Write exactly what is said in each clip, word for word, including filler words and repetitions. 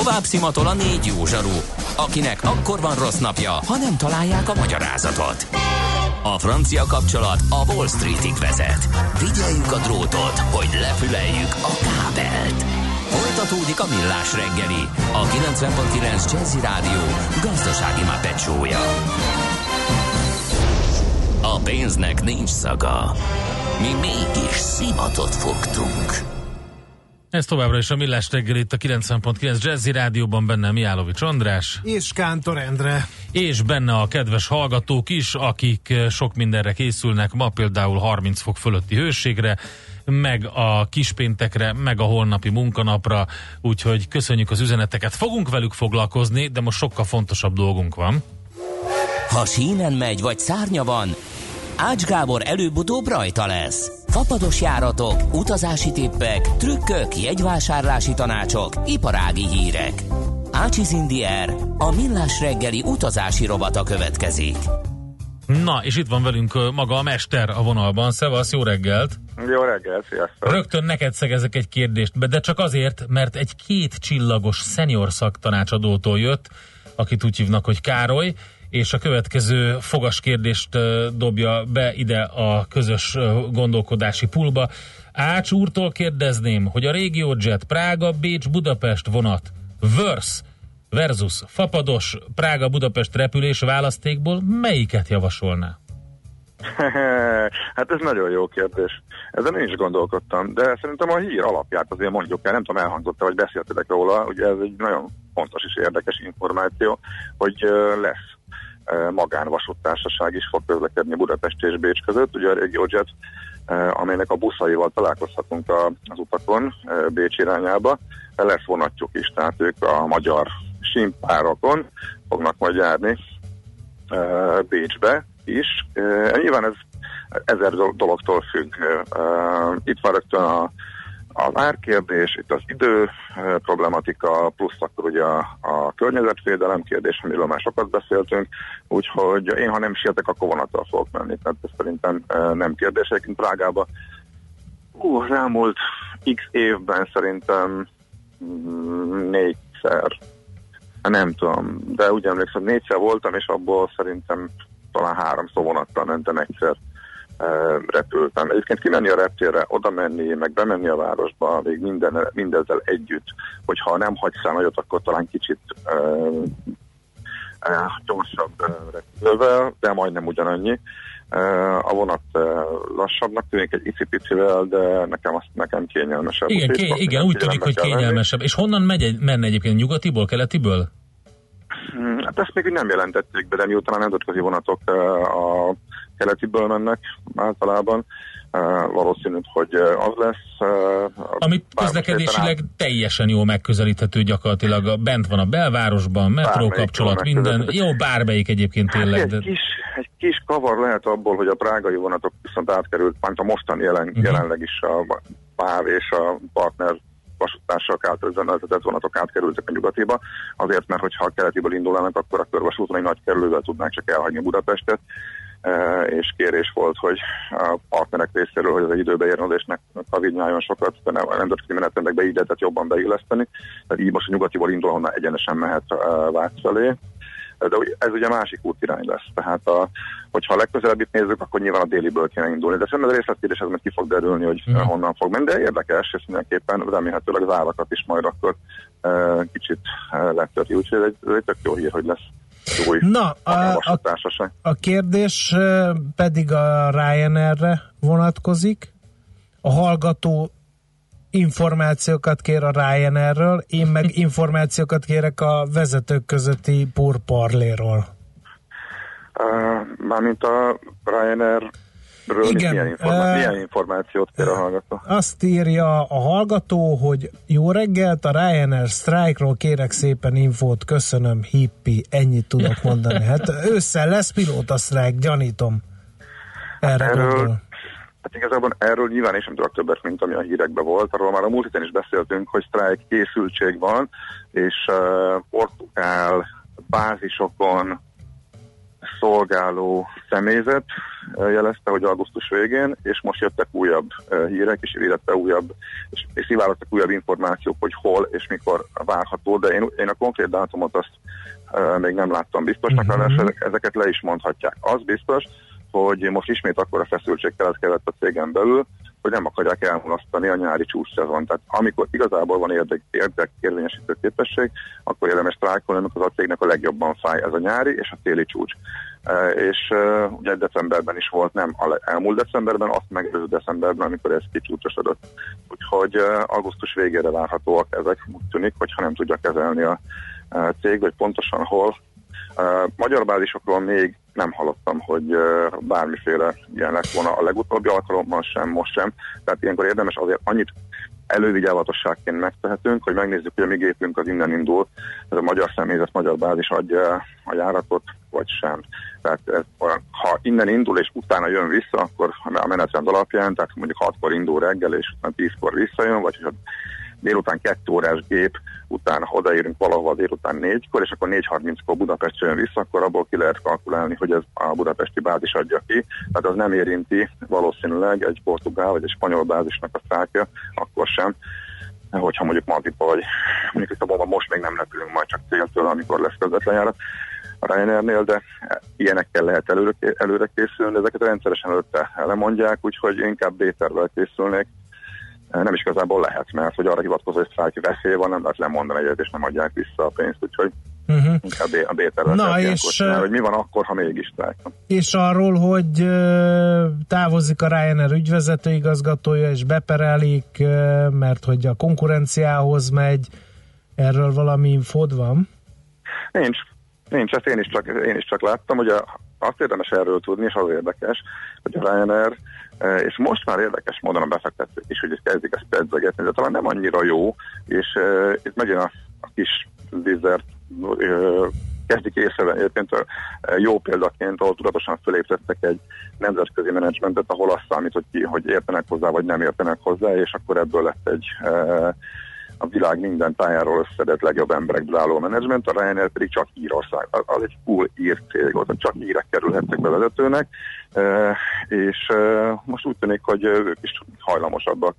Tovább szimatol a négy jó zsaru, akinek akkor van rossz napja, ha nem találják a magyarázatot. A francia kapcsolat a Wall Streetig vezet. Figyeljük a drótot, hogy lefüleljük a kábelt. Folytatódik a Millás reggeli, a kilencven pont kilenc Jazzy Rádió gazdasági mápecsója. A pénznek nincs szaga. Mi mégis szimatot fogtunk. Ez továbbra is a Millás reggeli, itt a kilencven pont kilenc Jazzy Rádióban, benne Mihálovics András. És Kántor Endre. És benne a kedves hallgatók is, akik sok mindenre készülnek, ma például harminc fok fölötti hőségre, meg a kispéntekre, meg a holnapi munkanapra, úgyhogy köszönjük az üzeneteket. Fogunk velük foglalkozni, de most sokkal fontosabb dolgunk van. Ha sínen megy, vagy szárnya van, Ács Gábor előbb-utóbb rajta lesz. Fapados járatok, utazási tippek, trükkök, jegyvásárlási tanácsok, iparági hírek. Ácsiz Indiér, a Millás reggeli utazási rovata következik. Na, és itt van velünk maga a mester a vonalban. Szevasz, jó reggelt! Jó reggelt, sziasztok! Rögtön neked szegezek egy kérdést, de csak azért, mert egy két csillagos szenior szaktanácsadótól jött, akit úgy hívnak, hogy Károly, és a következő fogas kérdést dobja be ide a közös gondolkodási pulba. Ács úrtól kérdezném, hogy a RegioJet Prága, Bécs, Budapest vonat versus, versus fapados Prága, Budapest repülés választékból melyiket javasolná? Hát ez nagyon jó kérdés. Ezen én is gondolkodtam, de szerintem a hír alapját azért mondjuk el, nem tudom, elhangzott-e, vagy beszéltetek róla, ugye ez egy nagyon fontos és érdekes információ, hogy lesz magánvasúttársaság is fog közlekedni Budapest és Bécs között. Ugye a RegioJet, amelynek a buszaival találkozhatunk az utakon Bécs irányába, lesz vonatjuk is, tehát ők a magyar simpárokon fognak majd járni Bécsbe is. Nyilván ez ezer dologtól függ. Itt van rögtön a az árkérdés, itt az idő problematika, plusz akkor ugye a, a környezetvédelem kérdés, amiről már sokat beszéltünk, úgyhogy én, ha nem sietek, akkor vonattal fogok menni, tehát ez szerintem nem kérdés. Egyébként Prágába uh, rámúlt x évben szerintem négyszer, nem tudom, de úgy emlékszem, négyszer voltam, és abból szerintem talán háromszor vonattal mentem, egyszer repültem. Egyébként kimenni a reptérre, oda menni, meg bemenni a városba, még minden, mindezzel együtt, hogyha nem hagysz el nagyot, akkor talán kicsit uh, uh, gyorsabb uh, repülővel, de majdnem ugyanannyi. Uh, a vonat uh, lassabbnak tűnik egy icipicivel, de nekem azt nekem kényelmesebb. Igen, ké- igen úgy tűnik, hogy kényelmesebb. És honnan megy, menne egyébként, nyugatiból, keletiből? Hmm, hát ezt még nem jelentették be, de miután a nemzetközi vonatok uh, a keletiből mennek általában. Uh, valószínű, hogy az lesz. Uh, Amit közlekedésileg teljesen jól megközelíthető gyakorlatilag. Bent van a belvárosban, metró kapcsolat, minden. Jó, bármelyik egyébként tényleg. Hát egy, kis, egy kis kavar lehet abból, hogy a prágai vonatok viszont átkerült, mint a mostani jelen, uh-huh. jelenleg is a pár és a partner vasúttársak által üzemeltetett vonatok átkerültek a nyugatiba, azért, mert hogyha a keletiből indulnának, akkor a körvasúton egy nagy kerülővel tudnánk csak elhagyni Budapestet, és kérés volt, hogy a partnerek részéről, hogy az egy időbe érjen, és ne kavignyáljon sokat, de nem, a nemzetközi menetrendekbe így lehetett jobban beilleszteni. Tehát így most a nyugatiból indul, ahonnan egyenesen mehet Vác felé. De ez ugye másik útirány lesz. Tehát a, hogyha a legközelebbit nézzük, akkor nyilván a déliből kéne indulni. De szerintem a részletkérdés ez meg ki fog derülni, hogy mm. honnan fog menni. De érdekes, és mindenképpen remélhetőleg az árakat is majd akkor uh, kicsit uh, letörti. Úgyhogy ez egy, ez egy tök jó hír, hogy lesz. Új, Na, a, a, a kérdés pedig a Ryanairre vonatkozik. A hallgató információkat kér a Ryanairről, én meg információkat kérek a vezetők közötti pourparlers-ról. Uh, mármint a Ryanair Igen, milyen, informá- uh, milyen információt kér a hallgató? Azt írja a hallgató, hogy jó reggelt, a Ryanair Strike-ról kérek szépen infót, köszönöm, hippi, ennyit tudok mondani. Hát ősszel lesz pilóta sztrájk, gyanítom. Erre erről, gondol. Hát igazából erről nyilván én sem tudok többet, mint ami a hírekben volt. Arról már a múlt héten is beszéltünk, hogy sztrájk készültség van, és uh, portugál bázisokon szolgáló személyzet jelezte, hogy augusztus végén, és most jöttek újabb hírek, és illetve újabb, és, és szivárogtak újabb információk, hogy hol és mikor várható, de én, én a konkrét dátumot azt uh, még nem láttam biztosnak, uh-huh. Ezek, ezeket le is mondhatják. Az biztos, hogy most ismét akkora feszültség keletkezett a cégen belül, hogy nem akarják elmulasztani a nyári csúcsszezon. Tehát amikor igazából van érdek, érdek érvényesítő képesség, akkor érdemes sztrájkolni, amikor az a cégnek a legjobban fáj ez a nyári és a téli csúcs. Uh, és uh, ugye decemberben is volt, nem elmúlt decemberben, azt megelőző decemberben, amikor ez kicsúcsosodott. Úgyhogy uh, augusztus végére várhatóak ezek, úgy tűnik, hogyha nem tudja kezelni a uh, cég, hogy pontosan hol. Uh, magyar bázisokról még nem hallottam, hogy uh, bármiféle ilyen lett volna a legutóbbi alkalommal sem, most sem. Tehát ilyenkor érdemes azért annyit elővigyázatosságként megtehetünk, hogy megnézzük, hogy a mi gépünk az innen indul, ez a magyar személyzet, magyar bázis adja a járatot, vagy sem. Tehát ez, ha innen indul, és utána jön vissza, akkor a menetrend alapján, tehát mondjuk hatkor indul reggel, és utána tízkor visszajön, vagy ha délután két órás gép, utána odaérünk valahol délután négykor, és akkor négy harminckor Budapestre jön vissza, akkor abból ki lehet kalkulálni, hogy ez a budapesti bázis adja ki. Tehát az nem érinti valószínűleg egy portugál vagy egy spanyol bázisnak a sztrájkja, akkor sem, hogyha mondjuk Madridba vagy mondjuk Lisszabonban most még nem repülünk majd csak céltől, amikor lesz közvetlen járat a Ryanairnél, de ilyenekkel lehet előre, előre készülni, de ezeket rendszeresen előtte lemondják, úgyhogy inkább B-tervvel készülnék. Nem is igazából lehet, mert hogy arra hivatkozó, hogy sztrájki veszély van, nem lehet lemondani egyet, és nem adják vissza a pénzt, úgyhogy uh-huh. inkább a B-tervet. Na és hogy mi van akkor, ha mégis sztrájk van. És arról, hogy uh, távozik a Ryanair ügyvezető igazgatója, és beperelik, uh, mert hogy a konkurenciához megy, erről valami infód van? Nincs. Nincs, ezt én is csak, én is csak láttam, hogy a, azt érdemes erről tudni, és az érdekes, hogy a Ryanair, és most már érdekes módon a befektetők is, hogy ezt kezdik ezt pedzegetni, de talán nem annyira jó, és uh, itt megint a, a kis Wizz-Air uh, kezdik észrevenni, egyébként uh, jó példaként, ahol tudatosan föléptettek egy nemzetközi menedzsmentet, ahol azt számít, hogy ki, hogy értenek hozzá, vagy nem értenek hozzá, és akkor ebből lett egy uh, a világ minden tájáról összedett legjobb emberekből álló menedzsment, a Ryanair pedig csak Írország. Az egy full ír cég volt, csak írek kerülhettek be vezetőnek, és most úgy tűnik, hogy ők is hajlamosabbak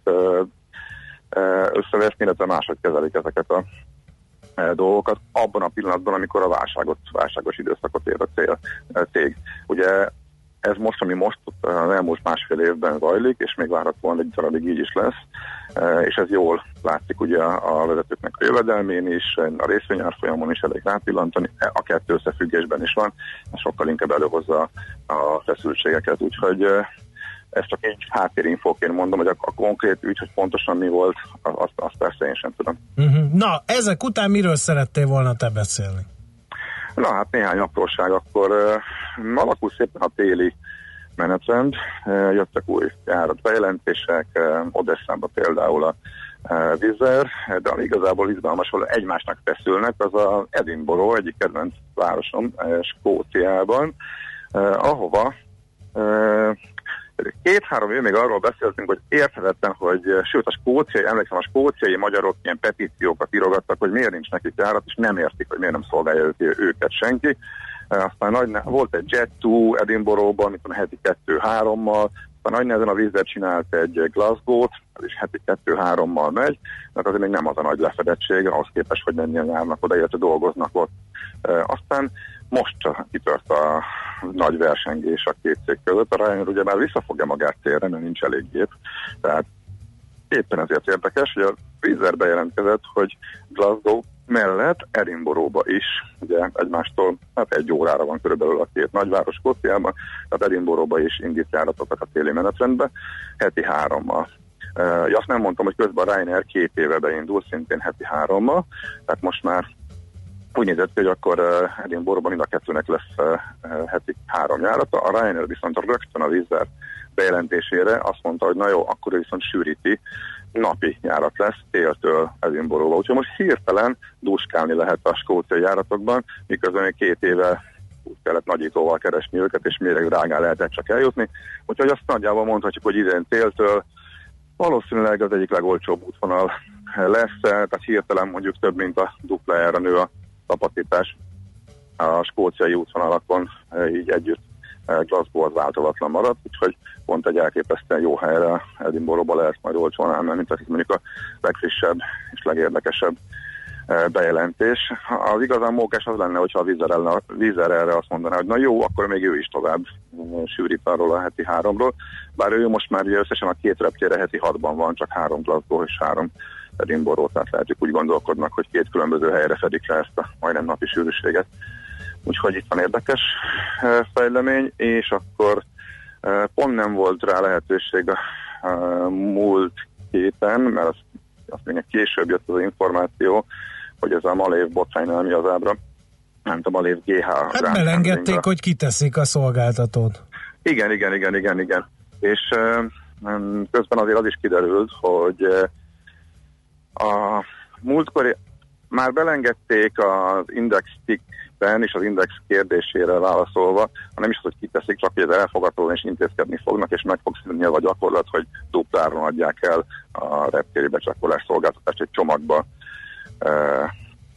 összeveszni, illetve máshogy kezelik ezeket a dolgokat abban a pillanatban, amikor a válságot, válságos időszakot ér a cél, cég. Ugye ez most, ami most az elmúlt másfél évben zajlik, és még várhatóan egy darabig így is lesz, és ez jól látszik ugye a vezetőknek a jövedelmén is, a részvényárfolyamon is elég rápillantani, a kettő összefüggésben is van, sokkal inkább előhozza a feszültségeket, úgyhogy ezt csak egy háttérinfóként mondom, hogy a, a konkrét ügy, hogy pontosan mi volt, azt, azt persze én sem tudom. Uh-huh. Na, ezek után miről szerettél volna te beszélni? Na hát néhány apróság, akkor uh, alakul szépen a téli menetrend, uh, jöttek új járat bejelentések, uh, Odesszába például a uh, Wizz Air, de ami igazából izgalmas, ahol egymásnak feszülnek, az a Edinburgh, egyik kedvenc városom, uh, Skóciában, uh, ahova uh, két-három év még arról beszéltünk, hogy érthetetlen, hogy sőt a skóciai, emlékszem, a skóciai magyarok ilyen petíciókat írogattak, hogy miért nincs nekik járat, és nem értik, hogy miért nem szolgálja őket senki. Aztán nagy, volt egy Jet kettő Edinburghban, mint a heti kettő-hárommal, aztán nagy nehezen a Wizz Air csinált egy Glasgow-t, ez is heti kettő-hárommal megy, mert azért még nem az a nagy lefedettség, ahhoz képest, hogy mennyien járnak oda, illetve dolgoznak ott. Aztán most kitört a nagy versengés a két cég között. A Ryanair ugye már visszafogja magát térre, mert nincs elég gép. Tehát éppen ezért érdekes, hogy a Wizz Air bejelentkezett, hogy Glasgow mellett Edinburghba is, ugye egymástól hát egy órára van körülbelül a két nagyváros Skóciában, tehát Edinburghba is indít járatokat a téli menetrendbe, heti hárommal. Uh, azt nem mondtam, hogy közben a Ryanair két éve beindul, szintén heti hárommal, tehát most már úgy nézett, hogy akkor uh, Edinburghban mind a kettőnek lesz uh, heti három járata. A Ryanair viszont rögtön a Wizz Air bejelentésére azt mondta, hogy na jó, akkor ő viszont sűríti, napi járat lesz téltől Edinburghba. Úgyhogy most hirtelen dúskálni lehet a skóciai járatokban, miközben még két éve úgy kellett nagyítóval keresni őket, és méreg drágán lehetett csak eljutni. Úgyhogy azt nagyjából mondhatjuk, hogy idén téltől valószínűleg az egyik legolcsóbb útvonal lesz, tehát hirtelen mondjuk több mint a duplájára nő a kapacitás. a skóciai útvonalakon így együtt Glasgow az változatlan maradt, úgyhogy pont egy elképesztően jó helyre Edinburghba lehet majd olcsón elmenni, mint akik mondjuk a legfrissebb és legérdekesebb bejelentés. Az igazán mókás az lenne, hogyha a Wizz erre azt mondaná, hogy na jó, akkor még ő is tovább sűrít arról a heti háromról, bár ő most már összesen a két reptére heti hatban van, csak három Glasgow és három Edinburgh, tehát lehet, hogy úgy gondolkodnak, hogy két különböző helyre fedik le ezt a majdnem napi sűrűséget. Úgyhogy itt van érdekes fejlemény, és akkor pont nem volt rá lehetőség a múlt héten, mert az, azt még később jött az információ, hogy ez a Malév botránynál mi az ábra, nem a Malév gé há. Hát belengedték, hogy kiteszik a szolgáltatót. Igen, igen, igen, igen, igen. És közben azért az is kiderült, hogy a múltkor már belengedték az Index Tickben és az Index kérdésére válaszolva, hanem is az, hogy kiteszik, csak hogy ez elfogadóan és intézkedni fognak, és meg fog szűnni az a gyakorlat, hogy dupláron adják el a reptéri becsakolás szolgáltatást egy csomagba e, e,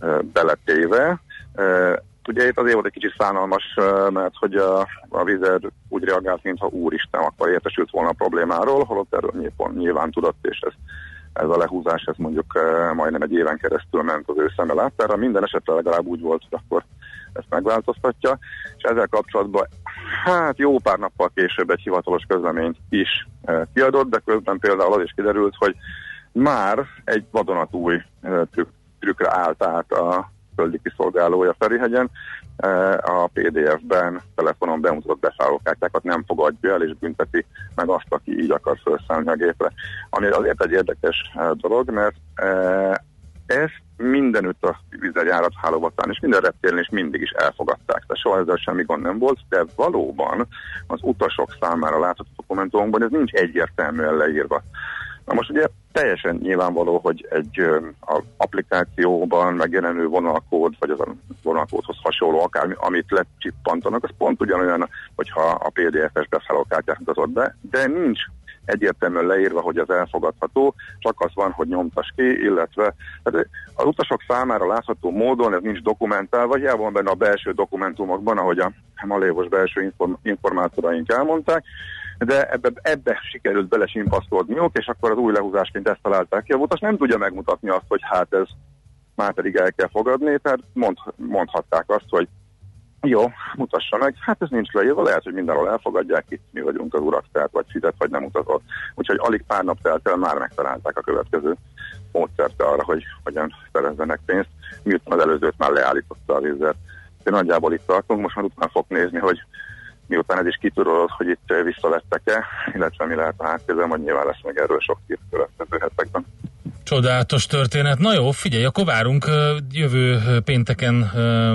beletéve. E, ugye itt azért volt egy kicsit szánalmas, mert hogy a, a Wizz úgy reagált, mintha úristen, akkor értesült volna a problémáról, holott erről nyilván, nyilván tudott, és ez ez a lehúzás, ez mondjuk uh, majdnem egy éven keresztül ment az ő szeme láttára. Minden esetre legalább úgy volt, hogy akkor ezt megváltoztatja, és ezzel kapcsolatban hát jó pár nappal később egy hivatalos közleményt is uh, kiadott, de közben például az is kiderült, hogy már egy vadonatúj uh, trükk, trükkre állt át a földi kiszolgálója Ferihegyen, uh, a pé dé ef-ben telefonon bemutatott beszállókártyákat nem fogadja el, és bünteti meg azt, aki így akar felszállni a gépre. Ami azért egy érdekes uh, dolog, mert uh, ezt mindenütt a Wizz járathálózatán és minden reptéren is mindig is elfogadták. Tehát soha ezzel semmi gond nem volt, de valóban az utasok számára látható dokumentumokban ez nincs egyértelműen leírva. Na most ugye teljesen nyilvánvaló, hogy egy uh, applikációban megjelenő vonalkód, vagy az a vonalkódhoz hasonló akármi, amit lecsippantanak, az pont ugyanolyan, hogyha a pé dé ef-es beszállókártyát mutatott be, de nincs egyértelműen leírva, hogy ez elfogadható, csak az van, hogy nyomtas ki, illetve tehát az utasok számára látható módon ez nincs dokumentálva, hiába van benne a belső dokumentumokban, ahogy a malévos belső inform- informátoraink elmondták, de ebbe, ebbe sikerült belesimpasztolniuk, és akkor az új lehúzásként ezt találták ki. A utas nem tudja megmutatni azt, hogy hát ez már pedig el kell fogadni, tehát mond, mondhatták azt, hogy jó, mutassa meg, hát ez nincs leírva, lehet, hogy mindenhol elfogadják, itt mi vagyunk az urak, tehát vagy fizet, vagy nem utazott. Úgyhogy alig pár nap telt el, már megtalálták a következő módszert arra, hogy hogyan szerezzenek pénzt, miután az előzőt már leállította a Wizz. Nagyjából itt tartunk, most már utána fog nézni, hogy miután ez is kitudott, hogy itt visszavettek-e, illetve mi lehet a háttérben, hogy nyilván lesz meg erről sok hír következő hetekben. Csodálatos történet. Na jó, figyelj, akkor várunk, jövő pénteken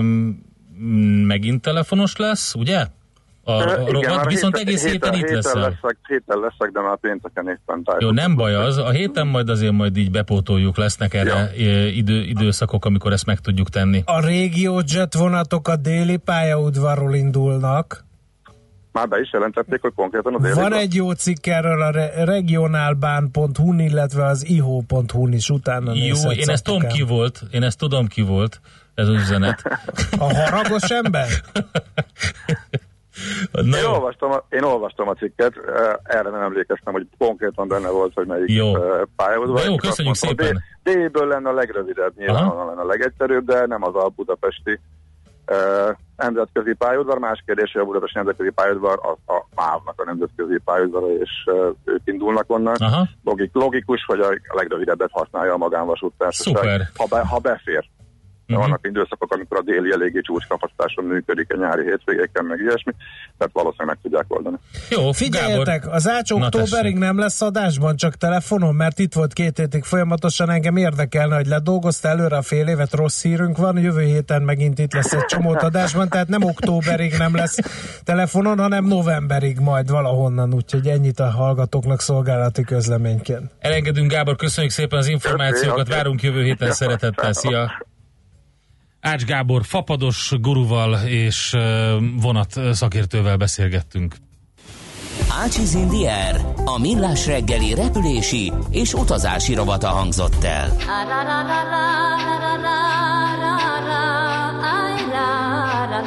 megint telefonos lesz, ugye? A, a igen, rovat, viszont héten, egész héten, héten itt leszel. Leszek, héten leszek, de már pénteken éppen tájt. Jó, nem baj az. A héten majd azért majd így bepótoljuk, lesznek erre ja. idő, időszakok, amikor ezt meg tudjuk tenni. A RegioJet vonatok a déli pályaudvarról indulnak. Már be is jelentették, hogy konkrétan a déli. Van egy jó cikk erről a regionalbahn pont hu-n, illetve az i h o pont hu-n is utána nézhetsz. Jó, én ezt tudom ki volt, én ezt tudom ki volt, ez az üzenet. A haragos ember? Én olvastam, a, én olvastam a cikket, erre nem emlékeztem, hogy konkrétan benne volt, hogy melyik jó. pályaudvar. Jó, köszönjük szépen. D-ből lenne a legrövidebb, nyilván lenne a legegyszerűbb, de nem az a budapesti uh, nemzetközi pályaudvar. Más kérdés, hogy a budapesti nemzetközi pályaudvar az a MÁV-nak a nemzetközi pályaudvara, és uh, ők indulnak onnan. Logik, logikus, hogy a legrövidebbet használja a magánvasúttársaság, ha, be, ha befér. Uh-huh. Vannak időszakok, amikor a déli eléggé csúcskapacitáson működik a nyári hétvégéken, meg ilyesmi, tehát valószínűleg meg tudják oldani. Jó, figyeljetek, Gábor. Az Ács októberig nem lesz adásban, csak telefonon, mert itt volt két hétig folyamatosan, engem érdekelne, hogy ledolgozta előre a fél évet, rossz hírünk van, jövő héten megint itt lesz egy csomót adásban, tehát nem októberig nem lesz telefonon, hanem novemberig majd valahonnan, úgyhogy ennyit a hallgatóknak szolgálati közleményként. Elengedünk, Gábor, köszönjük szépen az információkat, várunk jövő héten szeretettel, szia! Ács Gábor fapados guruval és vonat szakértővel beszélgettünk. Ácsiz in the Air, a millás reggeli repülési és utazási rovata hangzott el.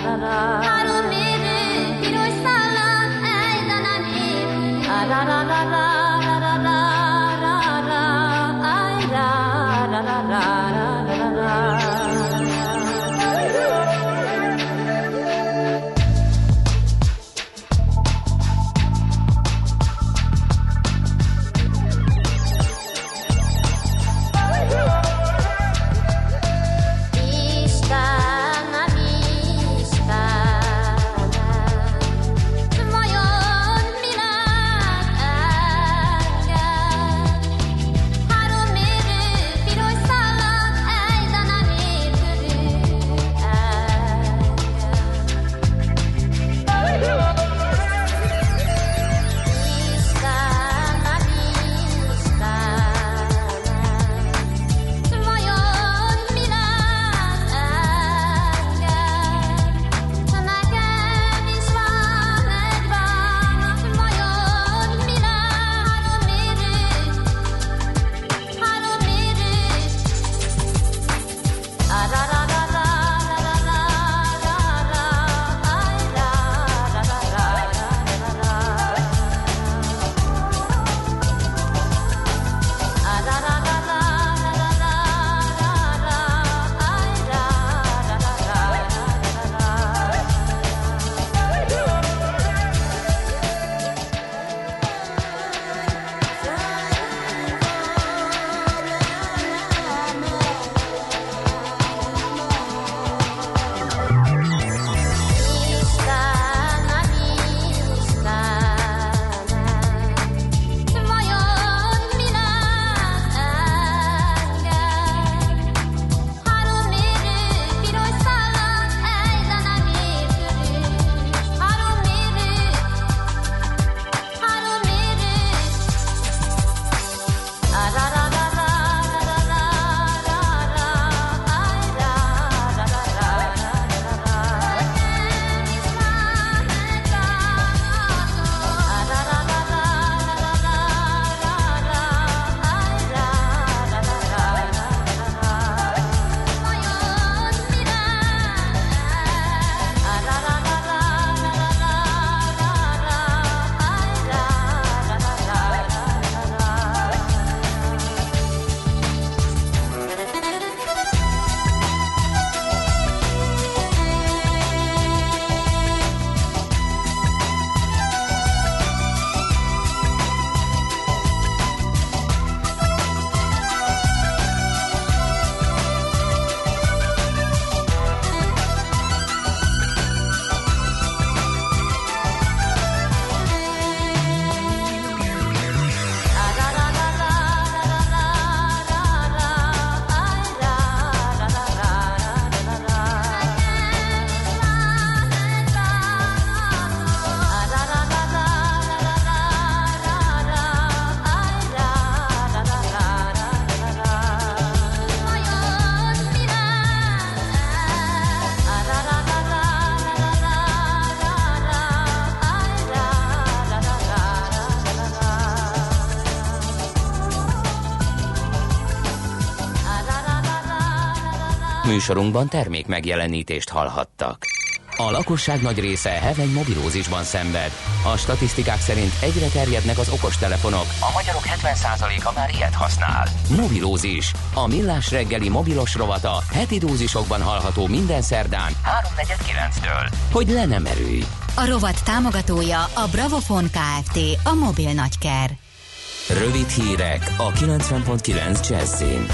Műsorunkban termék megjelenítést hallhattak. A lakosság nagy része heveny mobilózisban szenved. A statisztikák szerint egyre terjednek az okostelefonok, a magyarok hetven százaléka már ilyet használ. Mobilózis, a millás reggeli mobilos rovata heti dózisokban hallható minden szerdán háromnegyed kilenctől. Hogy le nem erőj. A rovat támogatója a Bravofon Kft. A mobil nagyker. Rövid hírek a kilencven pont kilenc Jazzin.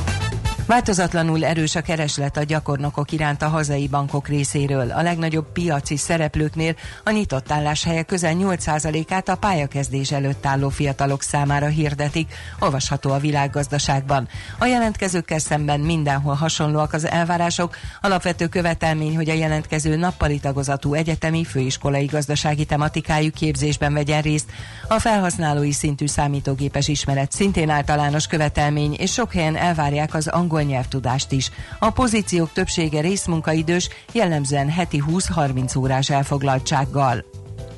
Változatlanul erős a kereslet a gyakornokok iránt a hazai bankok részéről. A legnagyobb piaci szereplőknél a nyitott álláshelyek közel nyolc százalékát a pályakezdés előtt álló fiatalok számára hirdetik, olvasható a Világgazdaságban. A jelentkezőkkel szemben mindenhol hasonlóak az elvárások. Alapvető követelmény, hogy a jelentkező nappali tagozatú egyetemi, főiskolai gazdasági tematikájú képzésben vegyen részt. A felhasználói szintű számítógépes ismeret szintén általános követelmény, és sok helyen elvárják az angol nyelvtudást is. A pozíciók többsége részmunkaidős, jellemzően heti húsz-harminc órás elfoglaltsággal.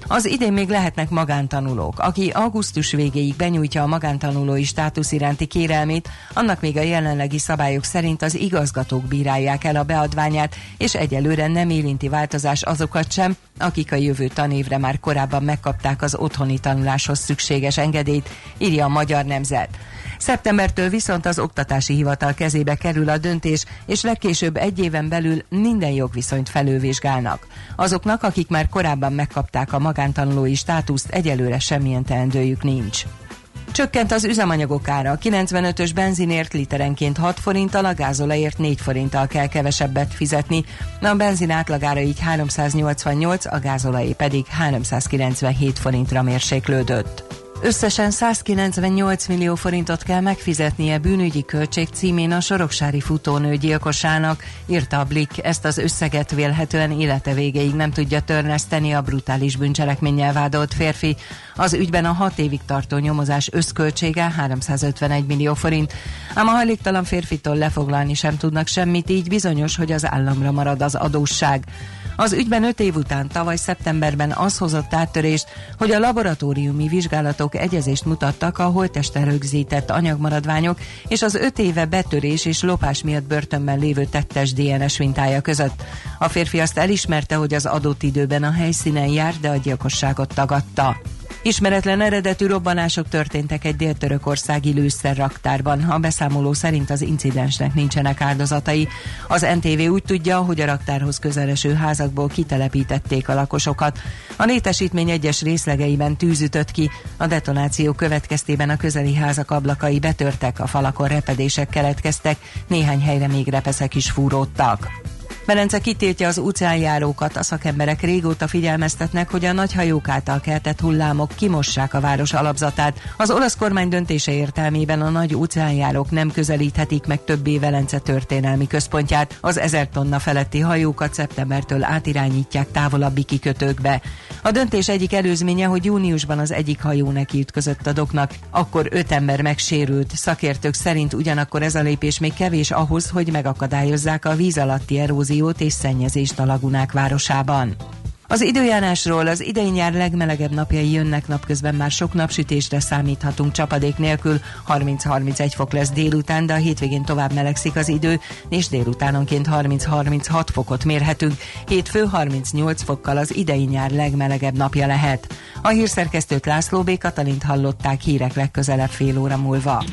Az idén még lehetnek magántanulók. Aki augusztus végéig benyújtja a magántanulói státusz iránti kérelmét, annak még a jelenlegi szabályok szerint az igazgatók bírálják el a beadványát, és egyelőre nem érinti változás azokat sem, akik a jövő tanévre már korábban megkapták az otthoni tanuláshoz szükséges engedélyt, írja a Magyar Nemzet. Szeptembertől viszont az oktatási hivatal kezébe kerül a döntés, és legkésőbb egy éven belül minden jogviszonyt felülvizsgálnak. Azoknak, akik már korábban megkapták a magántanulói státuszt, egyelőre semmilyen teendőjük nincs. Csökkent az üzemanyagok ára, kilencvenötös benzinért literenként hat forinttal, a gázolajért négy forinttal kell kevesebbet fizetni, a benzin átlagára így háromszáznyolcvannyolc, a gázolajé pedig háromszázkilencvenhét forintra mérséklődött. Összesen százkilencvennyolc millió forintot kell megfizetnie bűnügyi költség címén a soroksári futónő gyilkosának, írta a Blick. Ezt az összeget vélhetően élete végéig nem tudja törleszteni a brutális bűncselekménnyel vádolt férfi. Az ügyben a hat évig tartó nyomozás összköltsége háromszázötvenegy millió forint, ám a hajléktalan férfitől lefoglalni sem tudnak semmit, így bizonyos, hogy az államra marad az adósság. Az ügyben öt év után tavaly szeptemberben az hozott áttörést, hogy a laboratóriumi vizsgálatok egyezést mutattak a holttesten rögzített anyagmaradványok és az öt éve betörés és lopás miatt börtönben lévő tettes dé en es mintája között. A férfi azt elismerte, hogy az adott időben a helyszínen járt, de a gyilkosságot tagadta. Ismeretlen eredetű robbanások történtek egy dél-törökországi lőszerraktárban. A beszámoló szerint az incidensnek nincsenek áldozatai. Az en té vé úgy tudja, hogy a raktárhoz közeleső házakból kitelepítették a lakosokat. A létesítmény egyes részlegeiben tűz ütött ki. A detonáció következtében a közeli házak ablakai betörtek, a falakon repedések keletkeztek, néhány helyre még repeszek is fúródtak. Velence kitiltja az óceánjárókat, a szakemberek régóta figyelmeztetnek, hogy a nagy hajók által keltett hullámok kimossák a város alapzatát. Az olasz kormány döntése értelmében a nagy óceánjárók nem közelíthetik meg többé Velence történelmi központját. Az ezer tonna feletti hajókat szeptembertől átirányítják távolabbi kikötőkbe. A döntés egyik előzménye, hogy júniusban az egyik hajó neki ütközött a doknak, akkor öt ember megsérült. Szakértők szerint ugyanakkor ez a lépés még kevés ahhoz, hogy megakadályozzák a víz alatti eróziót és szennyezést a lagunák városában. Az időjárásról: az idei nyár legmelegebb napjai jönnek, napközben már sok napsütésre számíthatunk csapadék nélkül, harminc-harmincegy fok lesz délután, de a hétvégén tovább melegszik az idő, és délutánonként harminc-harminchat fokot mérhetünk, hétfő harmincnyolc fokkal az idei nyár legmelegebb napja lehet. A hírszerkesztőt, László B. Katalint hallották, hírek legközelebb fél óra múlva.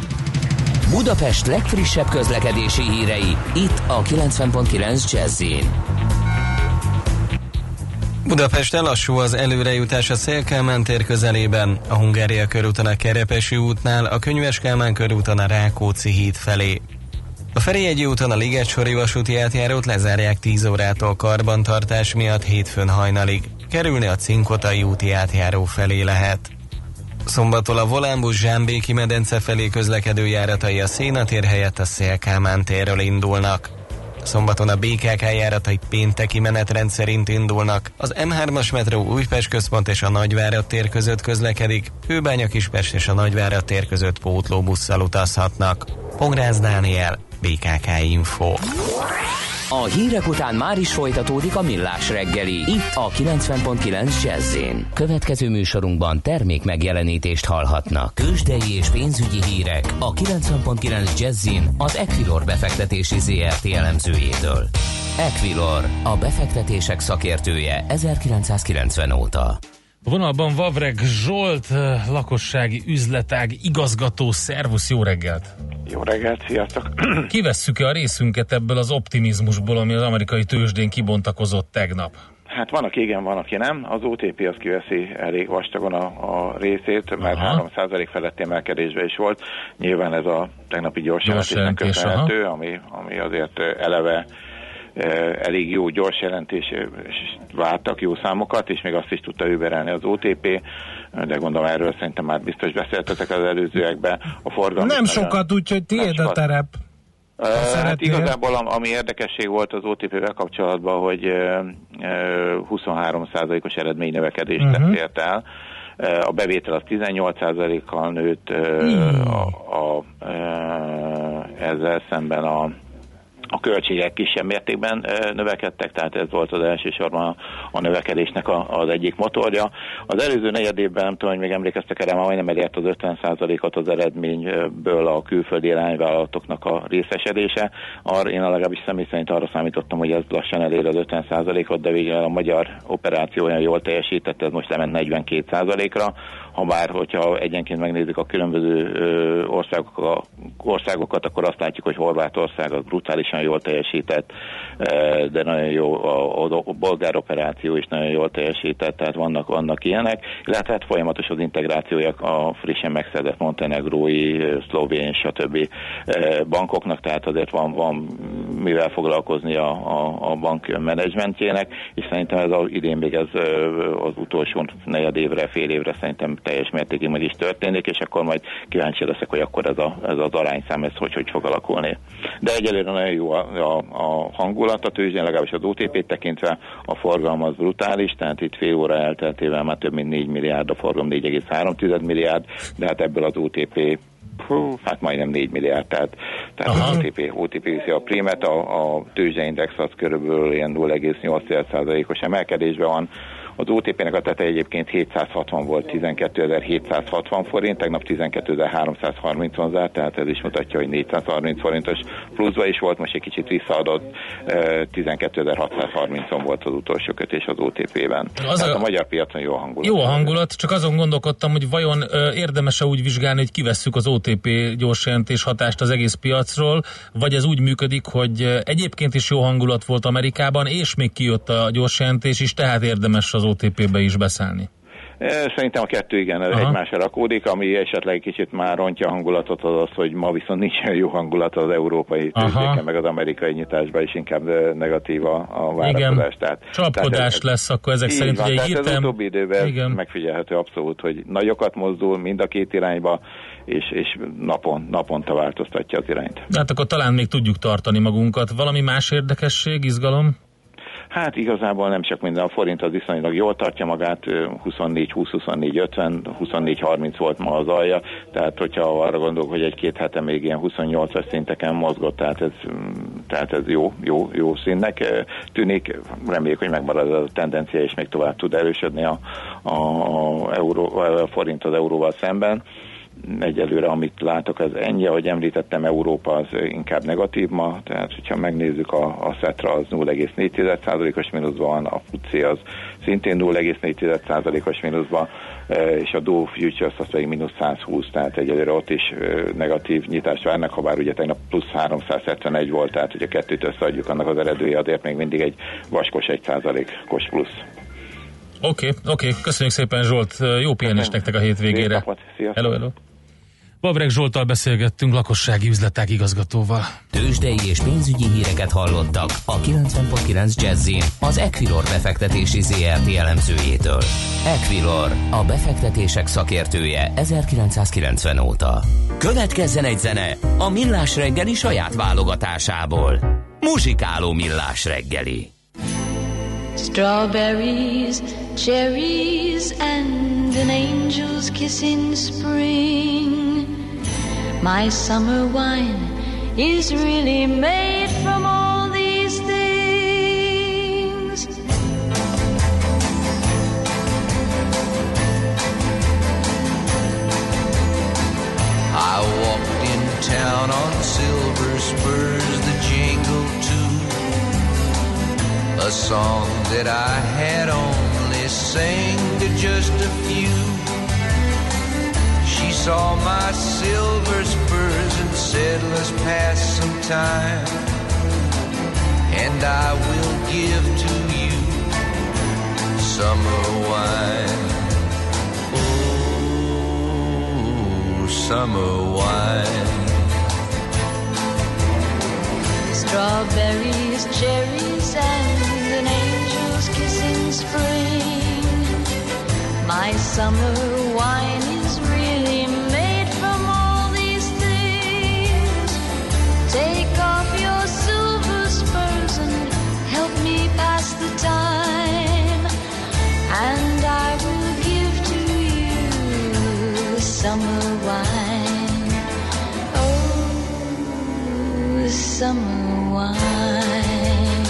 Budapest legfrissebb közlekedési hírei, itt a kilencven pont kilenc Jazz-in. Budapesten lassú az előrejutás a Széll-Kálmán tér közelében, a Hungária körúton a Kerepesi útnál, a Könyves Kálmán körúton a Rákóczi híd felé. A Ferihegyi úton a Ligetsori vasúti átjárót lezárják tíz órától karbantartás miatt hétfőn hajnalig. Kerülni a Cinkotai úti átjáró felé lehet. Szombattól a Volánbusz Zsámbéki medence felé közlekedő járatai a Széna tér helyett a Széll-Kálmán térről indulnak. Szombaton a bé ká ká járatai pénteki menetrend szerint indulnak. Az em hármas metró Újpest központ és a Nagyvárad tér között közlekedik, Kőbánya-Kispest és a Nagyvárad tér között pótlóbusszal utazhatnak. Pongrász Dániel, bé ká ká Info. A hírek után már is folytatódik a Millás reggeli, itt a kilencven pont kilenc Jazz-in. Következő műsorunkban termék megjelenítést hallhatnak. Tőzsdei és pénzügyi hírek a kilencven pont kilenc Jazz-in az Equilor befektetési zé er té elemzőjétől. Equilor, a befektetések szakértője ezerkilencszázkilencven óta. A vonalban Vavreg Zsolt, lakossági üzletág igazgató. Szervusz, jó reggelt! Jó reggelt, sziasztok! Kivesszük-e a részünket ebből az optimizmusból, ami az amerikai tőzsdén kibontakozott tegnap? Hát van, aki igen, van, aki nem. Az o té pé az kiveszi elég vastagon a, a részét, mert aha, három százalék feletti emelkedésben is volt. Nyilván ez a tegnapi gyors jelentésnek köszönhető, ami, ami azért eleve elég jó gyors jelentés vártak, jó számokat, és még azt is tudta überelni az o té pé, de gondolom erről szerintem már biztos beszéltetek az előzőekben. A forgalmat nem sokat, úgyhogy tiéd a terep. Hát igazából ami érdekesség volt az o té pével kapcsolatban, hogy huszonhárom százalékos eredménynövekedést uh-huh. ért el. A bevétel az tizennyolc százalékkal nőtt, hmm. a, a, a, ezzel szemben a a költségek kisebb mértékben növekedtek, tehát ez volt az elsősorban a, a növekedésnek a, az egyik motorja. Az előző negyed évben, nem tudom, hogy még emlékeztek erre, már majdnem elért az ötven százalékot az eredményből a külföldi irányvállalatoknak a részesedése. Arra, én legalábbis személy szerint arra számítottam, hogy ez lassan elér az ötven százalékot, de végül a magyar operáció olyan jól teljesített, ez most lement negyvenkét százalékra. Habár, hogyha egyenként megnézzük a különböző országok, országokat, akkor azt látjuk, hogy Horvátország az brutálisan jól teljesített, de nagyon jó, a, a bolgár operáció is nagyon jól teljesített, tehát vannak, vannak ilyenek, illetve hát folyamatos az integrációja a frissen megszerzett montenegrói, szlovén, stb. Bankoknak, tehát azért van, van mivel foglalkozni a, a, a bank menedzsmentjének, és szerintem ez az idén még ez az utolsó negyed évre, fél évre szerintem teljes mértékig meg is történik, és akkor majd kíváncsi leszek, hogy akkor ez, a, ez az arányszám, ez hogy, hogy fog alakulni. De egyelőre nagyon jó a, a, a hangulat a tőzsdén, legalábbis az o té pét tekintve, a forgalom az brutális, tehát itt fél óra elteltével már több mint négy milliárd, a forgalom négy egész három milliárd, de hát ebből az o té pé Hú, hát majdnem négy milliárd, tehát, tehát az o té pé, o té pé viszi a prímet, a, a tőzsdeindex az körülbelül ilyen nulla egész nyolc százalékos emelkedésben van. Az o té pének a teteje egyébként hétszázhatvan volt, tizenkétezer-hétszázhatvan forint, tegnap tizenkétezer-háromszázharmincon zárt, tehát ez is mutatja, hogy négyszázharminc forintos pluszba is volt, most egy kicsit visszaadott, tizenkétezer-hatszázharmincon volt az utolsó kötés az o té pében. Az tehát a, a magyar piacon jó a hangulat. Jó a hangulat, csak azon gondolkodtam, hogy vajon érdemes-e úgy vizsgálni, hogy kivesszük az o té pé gyorsjelentés hatást az egész piacról, vagy ez úgy működik, hogy egyébként is jó hangulat volt Amerikában, és még kijött a gyorsjelentés is, tehát érdemes az o té pébe is beszállni. Szerintem a kettő igen Aha. egymásra rakódik, ami esetleg kicsit már rontja a hangulatot az az, hogy ma viszont nincs jó hangulat az európai tőzsdéken, meg az amerikai nyitásban is inkább negatív a, a várakozás. Tehát, csapkodás tehát ez, lesz akkor ezek szerint. Van, ugye hirtem... az utóbbi időben igen. megfigyelhető abszolút, hogy nagyokat mozdul mind a két irányba, és, és napon, naponta változtatja az irányt. Hát akkor talán még tudjuk tartani magunkat. Valami más érdekesség, izgalom? Hát igazából nem csak minden, a forint az viszonylag jól tartja magát, huszonnégy húsz, huszonnégy ötven, huszonnégy harminc volt ma az alja, tehát hogyha arra gondolok, hogy egy-két hete még ilyen huszonnyolcas szinteken mozgott, tehát ez, tehát ez jó, jó, jó színnek tűnik, reméljük, hogy megmarad a tendencia, és még tovább tud erősödni a, a, a, euró, a forint az euróval szemben. Egyelőre, amit látok, az ennyi, ahogy említettem, Európa az inkább negatív ma, tehát hogyha megnézzük a, a Szetra, az nulla egész négy százalékos mínuszban van, a fucé az szintén nulla egész négy százalékos mínuszban, és a Dow Futures az pedig mínusz százhúsz, tehát egyelőre ott is negatív nyitást várnak, ha bár ugye tegnap plusz háromszázhetvenegy volt, tehát ugye kettőt összeadjuk, annak az eredője azért még mindig egy vaskos egy százalékos plusz. Oké, okay, oké, okay. Köszönjük szépen, Zsolt, jó pihenést nektek a hétvégére. Hello, hello. Babrek Zsolttal beszélgettünk, lakossági üzletág igazgatóval. Tőzsdei és pénzügyi híreket hallottak a kilencven pont kilenc Jazzin az Equilor befektetési zé er té elemzőjétől. Equilor, a befektetések szakértője ezerkilencszázkilencven óta. Következzen egy zene a Millás reggeli saját válogatásából. Muzsikáló Millás reggeli. Strawberries, cherries, and an angel's kiss in spring. My summer wine is really made from all these things. I walked in town on silver spurs, the jingle too, a song that I had only sang to just a few. She saw my silver spurs and said, let's pass some time, and I will give to you summer wine. Oh, summer wine. Strawberries, cherries, and an angel's kiss in spring. My summer wine is really made from all these things. Take off your silver spurs and help me pass the time, and I will give to you summer wine. Oh, summer wine.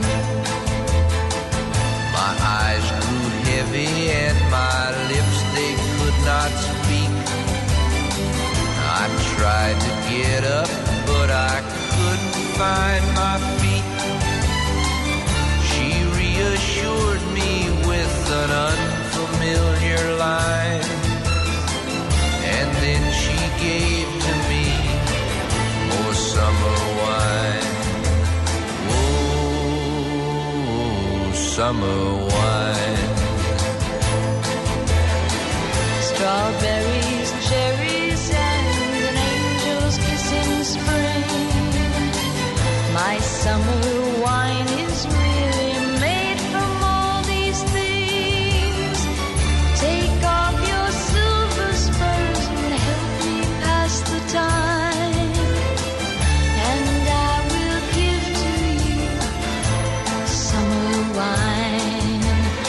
My eyes grew heavy and my lips, they could not speak. I tried to get up, but I couldn't find my feet. She reassured me with an unfamiliar line, and then she gave to me more summer wine. Oh, summer wine. Strawberries, cherries, and an angel's kiss in spring. My summer wine is really made from all these things. Take off your silver spurs and help me pass the time, and I will give to you summer wine.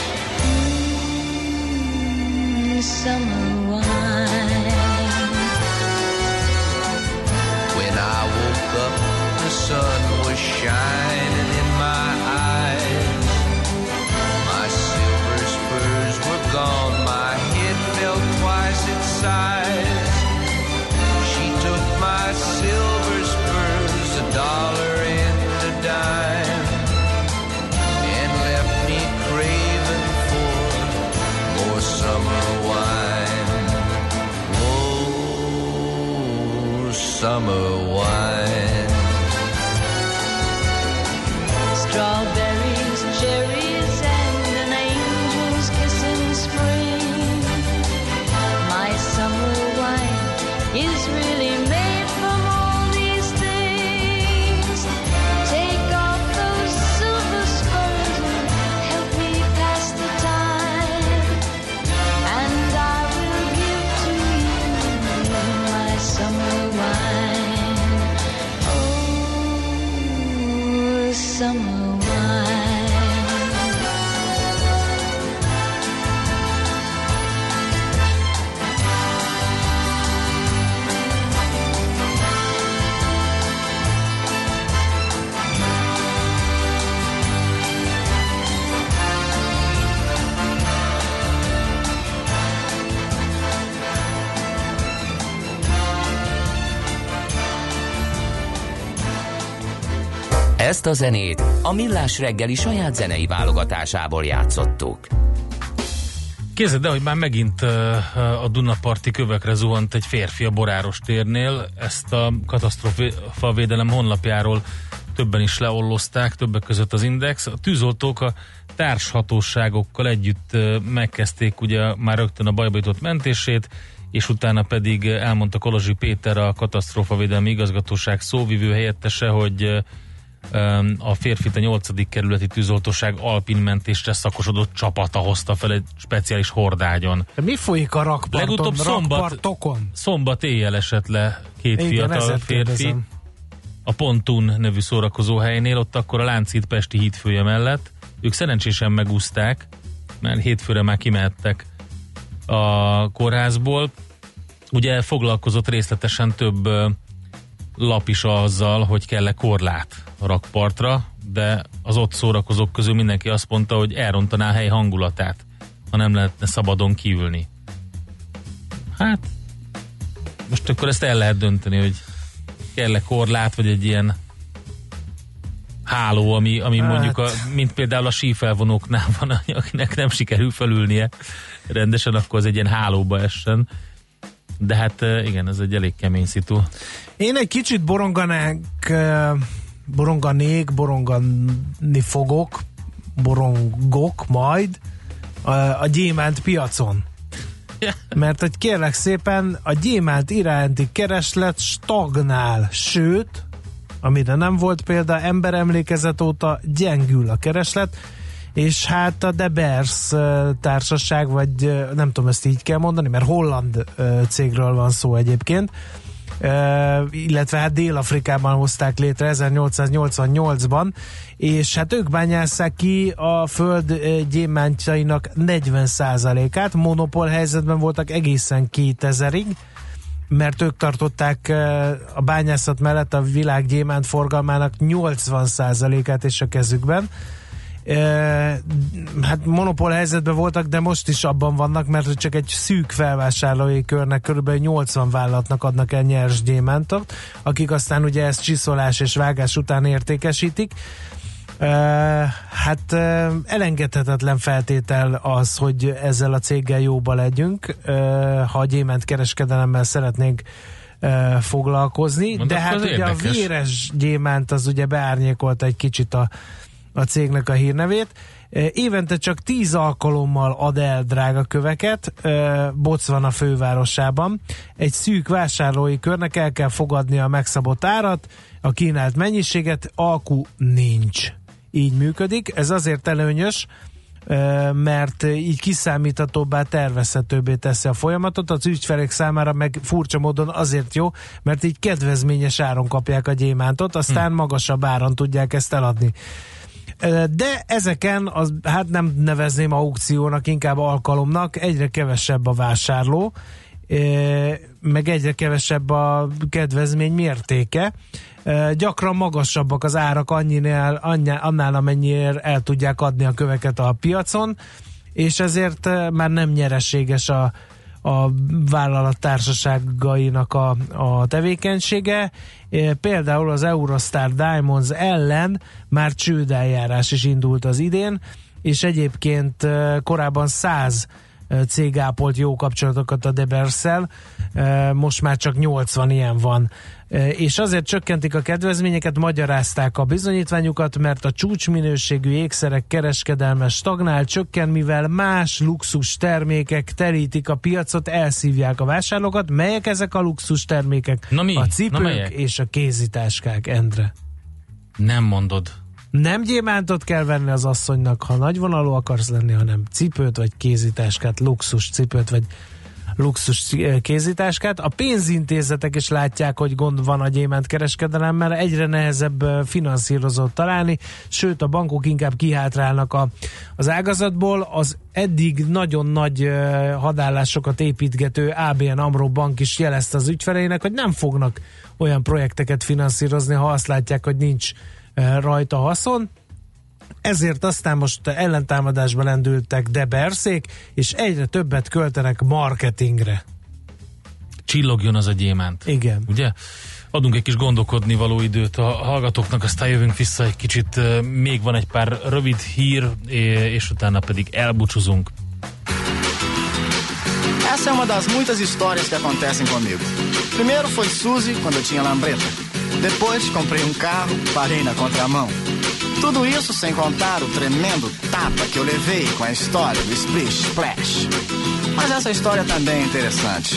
Mm, summer wine. When I woke up, the sun was shining in my eyes. My silver spurs were gone, my head fell twice its size. She took my silver spurs, a dollar and a dime, and left me craving for more summer wine. Oh, summer wine. Strawberries, cherries, and an angel's kiss in spring. My summer wine is really made from all these things. Take off those silver spurs and help me pass the time, and I will give to you my summer wine. Oh, summer wine. Ezt a zenét a Millás reggeli saját zenei válogatásából játszottuk. Képzeld, de hogy már megint uh, a Dunaparti kövekre zuhant egy férfi a Boráros térnél. Ezt a katasztrófavédelem honlapjáról többen is leollozták, többek között az Index. A tűzoltók a társhatóságokkal együtt uh, megkezdték ugye már rögtön a bajba jutott mentését, és utána pedig elmondta Kolozsi Péter, a katasztrófavédelmi igazgatóság szóvivő helyettese, hogy uh, a férfit a nyolcadik kerületi tűzoltóság alpinmentésre szakosodott csapata hozta fel egy speciális hordágyon. De mi folyik a rakparton? Legutóbb szombat, szombat éjjel esett le két igen, fiatal férfi kérdezem. A Pontun nevű szórakozóhelynél, ott akkor a Lánchíd pesti hídfője mellett. Ők szerencsésen megúszták, mert hétfőre már kimehettek a kórházból. Ugye foglalkozott részletesen több lap is azzal, hogy kell-e korlát a rakpartra, de az ott szórakozók közül mindenki azt mondta, hogy elrontaná a hely hangulatát, ha nem lehetne szabadon kiülni. Hát, most akkor ezt el lehet dönteni, hogy kell-e korlát, vagy egy ilyen háló, ami, ami hát. mondjuk, a, mint például a sífelvonóknál van, akinek nem sikerül felülnie rendesen, akkor az egy ilyen hálóba essen. De hát igen, ez egy elég kemény szitu. Én egy kicsit boronganák, boronganék, borongani fogok, borongok majd a, a gyémánt piacon. Mert hogy kérlek szépen, a gyémánt iránti kereslet stagnál, sőt, amire nem volt példa, emberemlékezet óta gyengül a kereslet, és hát a De Beers társaság, vagy nem tudom, ezt így kell mondani, mert holland cégről van szó egyébként, illetve hát Dél-Afrikában hozták létre ezernyolcszáznyolcvannyolcban, és hát ők bányásszák ki a föld gyémántjainak negyven százalékát, monopól helyzetben voltak egészen kétezerig, mert ők tartották a bányászat mellett a világ gyémánt forgalmának nyolcvan százalékát is a kezükben. Hát monopól helyzetben voltak, de most is abban vannak, mert csak egy szűk felvásárlói körnek körülbelül nyolcvan vállalatnak adnak el nyers gyémántot, akik aztán ugye ezt csiszolás és vágás után értékesítik. Hát elengedhetetlen feltétel az, hogy ezzel a céggel jóba legyünk, ha a gyémánt kereskedelemmel szeretnénk foglalkozni, mondom, de hát ugye érdekes. A véres gyémánt az ugye beárnyékolta egy kicsit a, a cégnek a hírnevét. Évente csak tíz alkalommal ad el drága köveket Botswana fővárosában. Egy szűk vásárlói körnek el kell fogadni a megszabott árat, a kínált mennyiséget, alkú nincs. Így működik. Ez azért előnyös, mert így kiszámíthatóbbá, tervezhetőbbé teszi a folyamatot, az ügyfelek számára meg furcsa módon azért jó, mert így kedvezményes áron kapják a gyémántot, aztán hmm. magasabb áron tudják ezt eladni. De ezeken, az, hát nem nevezném aukciónak, inkább alkalomnak, egyre kevesebb a vásárló, meg egyre kevesebb a kedvezmény mértéke. Gyakran magasabbak az árak annyinál, annál, amennyire el tudják adni a köveket a piacon, és ezért már nem nyereséges a, a vállalat társaságainak a, a tevékenysége. Például az Eurostar Diamonds ellen már csődeljárás is indult az idén, és egyébként korábban száz cég ápolt jó kapcsolatokat a De Beers-szel, most már csak nyolcvan ilyen van. És azért csökkentik a kedvezményeket, magyarázták a bizonyítványukat, mert a csúcsminőségű ékszerek kereskedelme stagnál, csökken, mivel más luxus termékek terítik a piacot, elszívják a vásárlókat. Melyek ezek a luxus termékek? Na mi? A cipők és a kézitáskák, Endre. Nem mondod. Nem gyémántot kell venni az asszonynak, ha nagyvonalú akarsz lenni, hanem cipőt vagy kézitáskát, luxus cipőt vagy luxus kézitáskát. A pénzintézetek is látják, hogy gond van a gyémánt kereskedelemmel, egyre nehezebb finanszírozót találni, sőt a bankok inkább kihátrálnak a, az ágazatból. Az eddig nagyon nagy hadállásokat építgető á bé en AMRO bank is jelezte az ügyfeleinek, hogy nem fognak olyan projekteket finanszírozni, ha azt látják, hogy nincs rajta haszon. Ezért aztán most ellentámadásba lendültek De Beersék, és egyre többet költenek marketingre. Csillogjon az a gyémánt. Igen. Ugye? Adunk egy kis gondolkodni való időt a hallgatóknak, aztán jövünk vissza egy kicsit. Még van egy pár rövid hír, és utána pedig elbúcsúzunk. Essa é uma das muitas histórias que acontecem comigo. Primeiro foi Suzy, quando eu tinha lambreta. Depois comprei um carro, parei na contramão. Tudo isso sem contar o tremendo tapa que eu levei com a história do Splish Splash. Mas essa história também é interessante.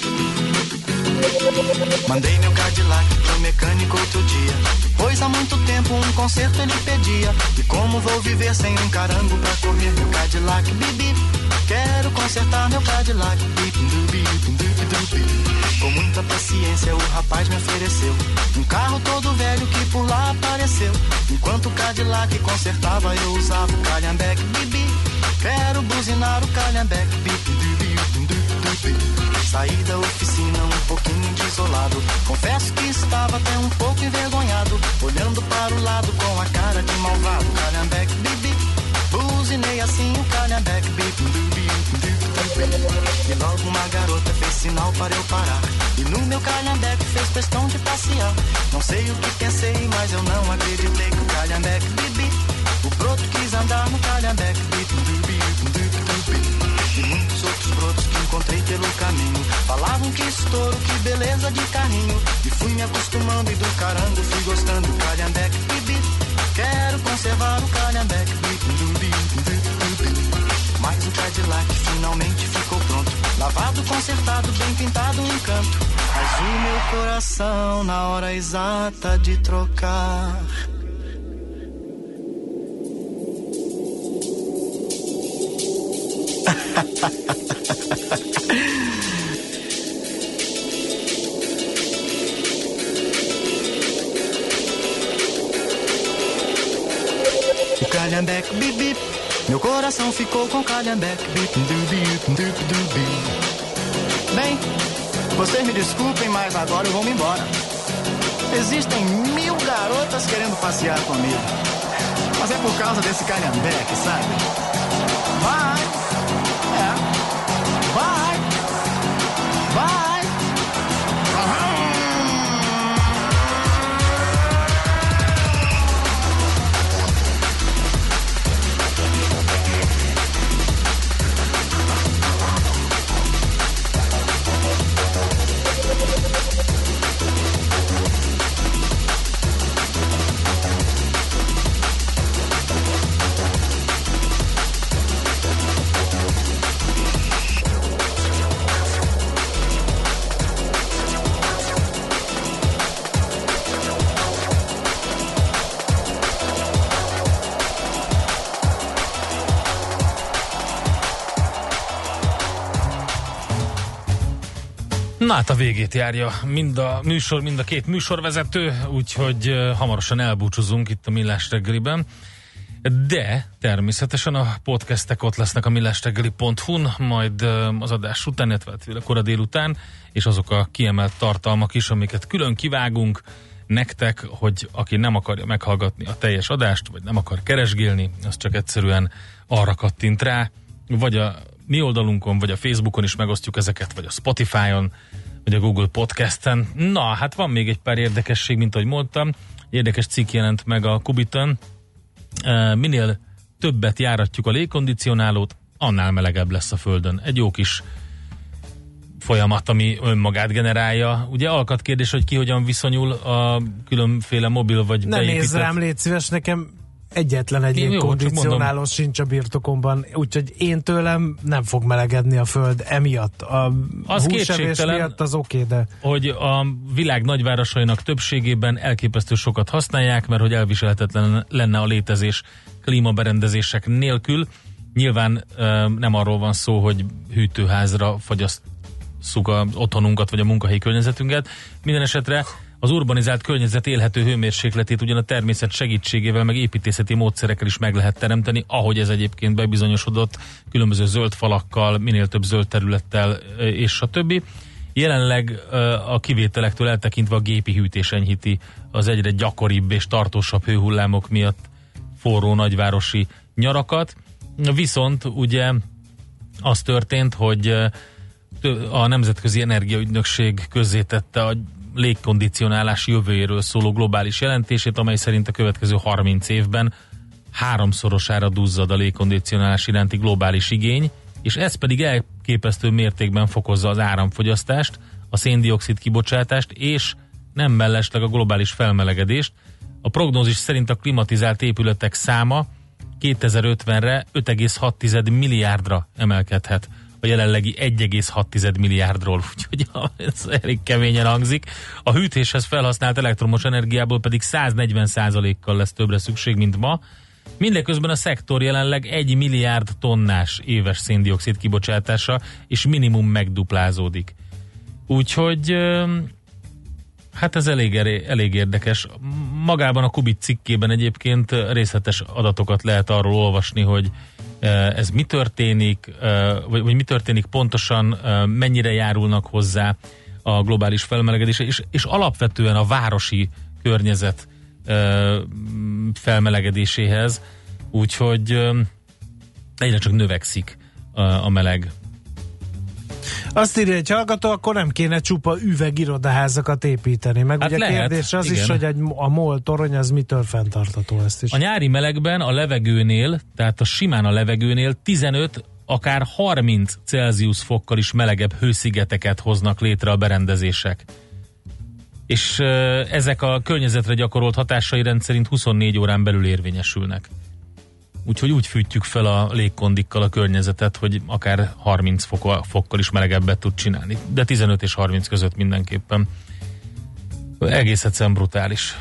Mandei meu Cadillac pro mecânico outro dia, pois há muito tempo um conserto ele pedia. E como vou viver sem um carango pra correr meu Cadillac, bibi? Quero consertar meu Cadillac, bip, dubi, dubi, dubi. Com muita paciência o rapaz me ofereceu um carro todo velho que por lá apareceu. Enquanto o Cadillac consertava eu usava o calhambeque, bibi. Quero buzinar o calhambeque, bip, dubi, dubi, dubi. Saí da oficina um pouquinho desolado, confesso que estava até um pouco envergonhado, olhando para o lado com a cara de malvado. Calhambeque, bibi, buzinei assim o calhambeque, bip, dubi, dubi. E logo uma garota fez sinal para eu parar, e no meu calhambeque fez questão de passear. Não sei o que pensei, mas eu não acreditei que o calhambeque, bibi, o broto quis andar no calhambeque, bip, dubi, dubi, dubi. E muitos outros brotos que encontrei pelo caminho falavam que estouro, que beleza de carrinho. E fui me acostumando e do carango fui gostando do calhambeque, bibi. Quero conservar o calhambeque, bibi, dubi, dubi, dubi. Mas o Cadillac finalmente ficou pronto, lavado, consertado, bem pintado, um encanto. Mas o meu coração na hora exata de trocar o calhambeque, bip, bip. Meu coração ficou com calhambeque, bip, dubi, dubi, dubi. Bem, Vocês me desculpem, mas agora eu vou me embora. Existem mil garotas querendo passear comigo. Mas é por causa desse calhambeque, sabe? Vai! É. Vai! Vai! Na hát a végét járja mind a műsor, mind a két műsorvezető, úgyhogy uh, hamarosan elbúcsúzunk itt a Millás reggeliben, de természetesen a podcastek ott lesznek a millásreggeli pont hu-n, majd uh, az adás után, illetve kora délután, és azok a kiemelt tartalmak is, amiket külön kivágunk nektek, hogy aki nem akarja meghallgatni a teljes adást, vagy nem akar keresgélni, az csak egyszerűen arra kattint rá, vagy a mi oldalunkon, vagy a Facebookon is megosztjuk ezeket, vagy a Spotify-on, vagy a Google Podcast-en. Na, hát van még egy pár érdekesség, mint ahogy mondtam. Érdekes cikk jelent meg a Kubiton. Minél többet járatjuk a légkondicionálót, annál melegebb lesz a Földön. Egy jó kis folyamat, ami önmagát generálja. Ugye alkat kérdés, hogy ki hogyan viszonyul a különféle mobil vagy ne beépített... Ne nézz rám, légy szíves, nekem egyetlen egy légkondicionáló sincs a birtokomban, úgyhogy én tőlem nem fog melegedni a Föld emiatt. A az húsevés miatt az oké, okay, de... hogy a világ nagyvárosainak többségében elképesztő sokat használják, mert hogy elviselhetetlen lenne a létezés klímaberendezések nélkül. Nyilván nem arról van szó, hogy hűtőházra fogyasszuk az otthonunkat, vagy a munkahelyi környezetünket. Minden esetre az urbanizált környezet élhető hőmérsékletét ugyan a természet segítségével, meg építészeti módszerekkel is meg lehet teremteni, ahogy ez egyébként bebizonyosodott különböző zöld falakkal, minél több zöld területtel, és a többi. Jelenleg a kivételektől eltekintve a gépi hűtés enyhíti az egyre gyakoribb és tartósabb hőhullámok miatt forró nagyvárosi nyarakat. Viszont ugye az történt, hogy a Nemzetközi Energiaügynökség közzétette a légkondicionálás jövőjéről szóló globális jelentését, amely szerint a következő harminc évben háromszorosára duzzad a légkondicionálás iránti globális igény, és ez pedig elképesztő mértékben fokozza az áramfogyasztást, a széndioxid kibocsátást, és nem mellesleg a globális felmelegedést. A prognózis szerint a klimatizált épületek száma kétezer-ötvenre öt egész hat milliárdra emelkedhet a jelenlegi egy egész hat milliárdról, úgyhogy ez elég keményen hangzik. A hűtéshez felhasznált elektromos energiából pedig száznegyven százalékkal lesz többre szükség, mint ma. Mindeközben a szektor jelenleg egy milliárd tonnás éves széndioxid kibocsátása, és minimum megduplázódik. Úgyhogy hát ez elég, elég érdekes. Magában a Kubit cikkében egyébként részletes adatokat lehet arról olvasni, hogy ez mi történik, vagy, vagy mi történik pontosan, mennyire járulnak hozzá a globális felmelegedésre, és, és alapvetően a városi környezet felmelegedéséhez, úgyhogy egyre csak növekszik a, a meleg. Azt írja egy hallgató, akkor nem kéne csupa üvegirodaházakat építeni. Meg hát ugye lehet, kérdés az igen. is, hogy egy, a MOL torony az mitől fenntartható, ezt is. A nyári melegben a levegőnél, tehát a simán a levegőnél tizenöt, akár harminc Celsius fokkal is melegebb hőszigeteket hoznak létre a berendezések. És uh, ezek a környezetre gyakorolt hatásai rendszerint huszonnégy órán belül érvényesülnek. Úgyhogy úgy fűtjük fel a légkondikkal a környezetet, hogy akár harminc fokkal is melegebbet tud csinálni. De tizenöt és harminc között mindenképpen. Egész egyszerűen brutális.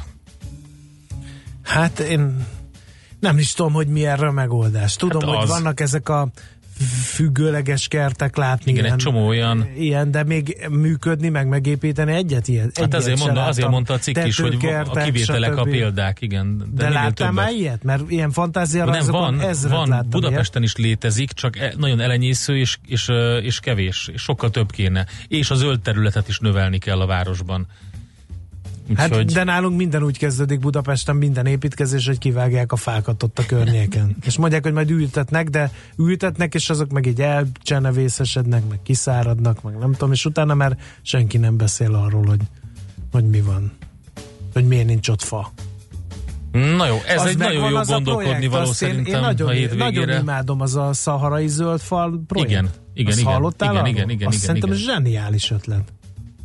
Hát én nem is tudom, hogy mi erre a megoldás. Tudom, hát hogy vannak ezek a függőleges kertek látni. Igen, ilyen, egy csomó olyan. Ilyen, de még működni, meg megépíteni egyet ilyen. Hát egyet azért, mondta, azért mondta a cikk is, hogy a kivételek a példák, igen. De, de láttál többet. Már ilyet? Mert ilyen fantáziarajzokon van, ezret van láttam Budapesten ilyet. is létezik, csak nagyon elenyésző és, és, és kevés. És sokkal több kéne. És a zöld területet is növelni kell a városban. Hát, hogy... de nálunk minden úgy kezdődik Budapesten, minden építkezés, hogy kivágják a fákat ott a környéken. És mondják, hogy majd ültetnek, de ültetnek, és azok meg így elcsenevészesednek, meg kiszáradnak, meg nem tudom, és utána már senki nem beszél arról, hogy, hogy mi van. Hogy miért nincs ott fa. Na jó, ez az egy nagyon jó gondolkodni való szerintem én, én nagyon, a hétvégére. Nagyon imádom az a szaharai zöld fal projekt. Igen, igen, igen. Hallottál igen, igen, igen, igen, Azt igen, szerintem igen. zseniális ötlet.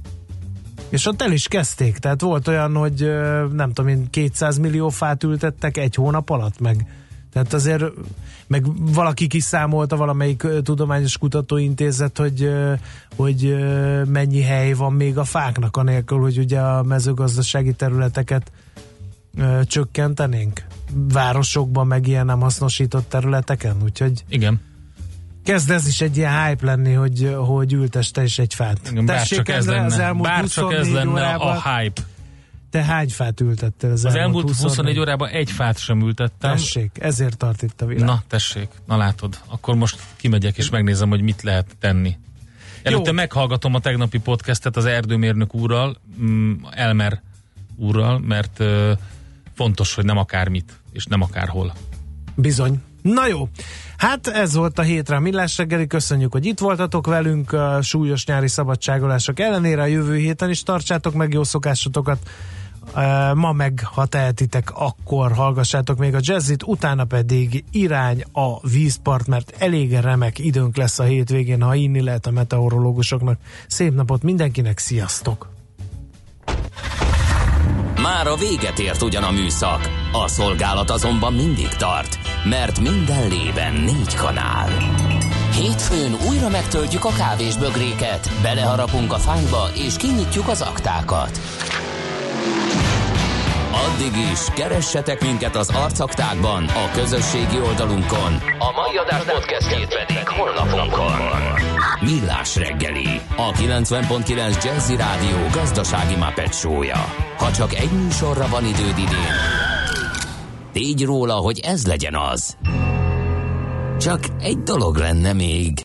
És ott el is kezdték, tehát volt olyan, hogy nem tudom én, kétszáz millió fát ültettek egy hónap alatt, meg tehát azért, meg valaki kiszámolta, valamelyik tudományos kutatóintézet, hogy, hogy mennyi hely van még a fáknak, anélkül, hogy ugye a mezőgazdasági területeket csökkentenénk városokban, meg ilyen nem hasznosított területeken, úgyhogy igen. Kezd ez is egy ilyen hype lenni, hogy, hogy ültess te is egy fát. Igen, bárcsak ez lenne, bárcsak ez lenne órában, a hype. Te hány fát ültettél az, az elmúlt huszonnégy, huszonnégy órában? Egy fát sem ültettem. Tessék, ezért tart itt a világ. Na, tessék, na látod. Akkor most kimegyek és megnézem, hogy mit lehet tenni. Előtte Jó. meghallgatom a tegnapi podcastet az erdőmérnök úrral, Elmer úrral, mert uh, fontos, hogy nem akármit, és nem akárhol. Bizony. Na jó, hát ez volt a hétre a Millás reggeli, köszönjük, hogy itt voltatok velünk a súlyos nyári szabadságolások ellenére, a jövő héten is tartsátok meg jó szokásotokat, ma meg, ha tehetitek, akkor hallgassátok még a jazzit, utána pedig irány a vízpart, mert elég remek időnk lesz a hétvégén, ha inni lehet a meteorológusoknak. Szép napot mindenkinek, sziasztok! Már a véget ért ugyan a műszak, a szolgálat azonban mindig tart, mert minden lében négy kanál. Hétfőn újra megtöltjük a kávésbögréket, beleharapunk a fányba és kinyitjuk az aktákat. Addig is keressetek minket az arcaktákban, a közösségi oldalunkon. A mai adás podcastjét pedig honlapunkon. Millás reggeli, a kilencven pont kilenc Jazzy Rádió gazdasági Muppet show-ja. Ha csak egy műsorra van időd idén, tégy róla, hogy ez legyen az. Csak egy dolog lenne még.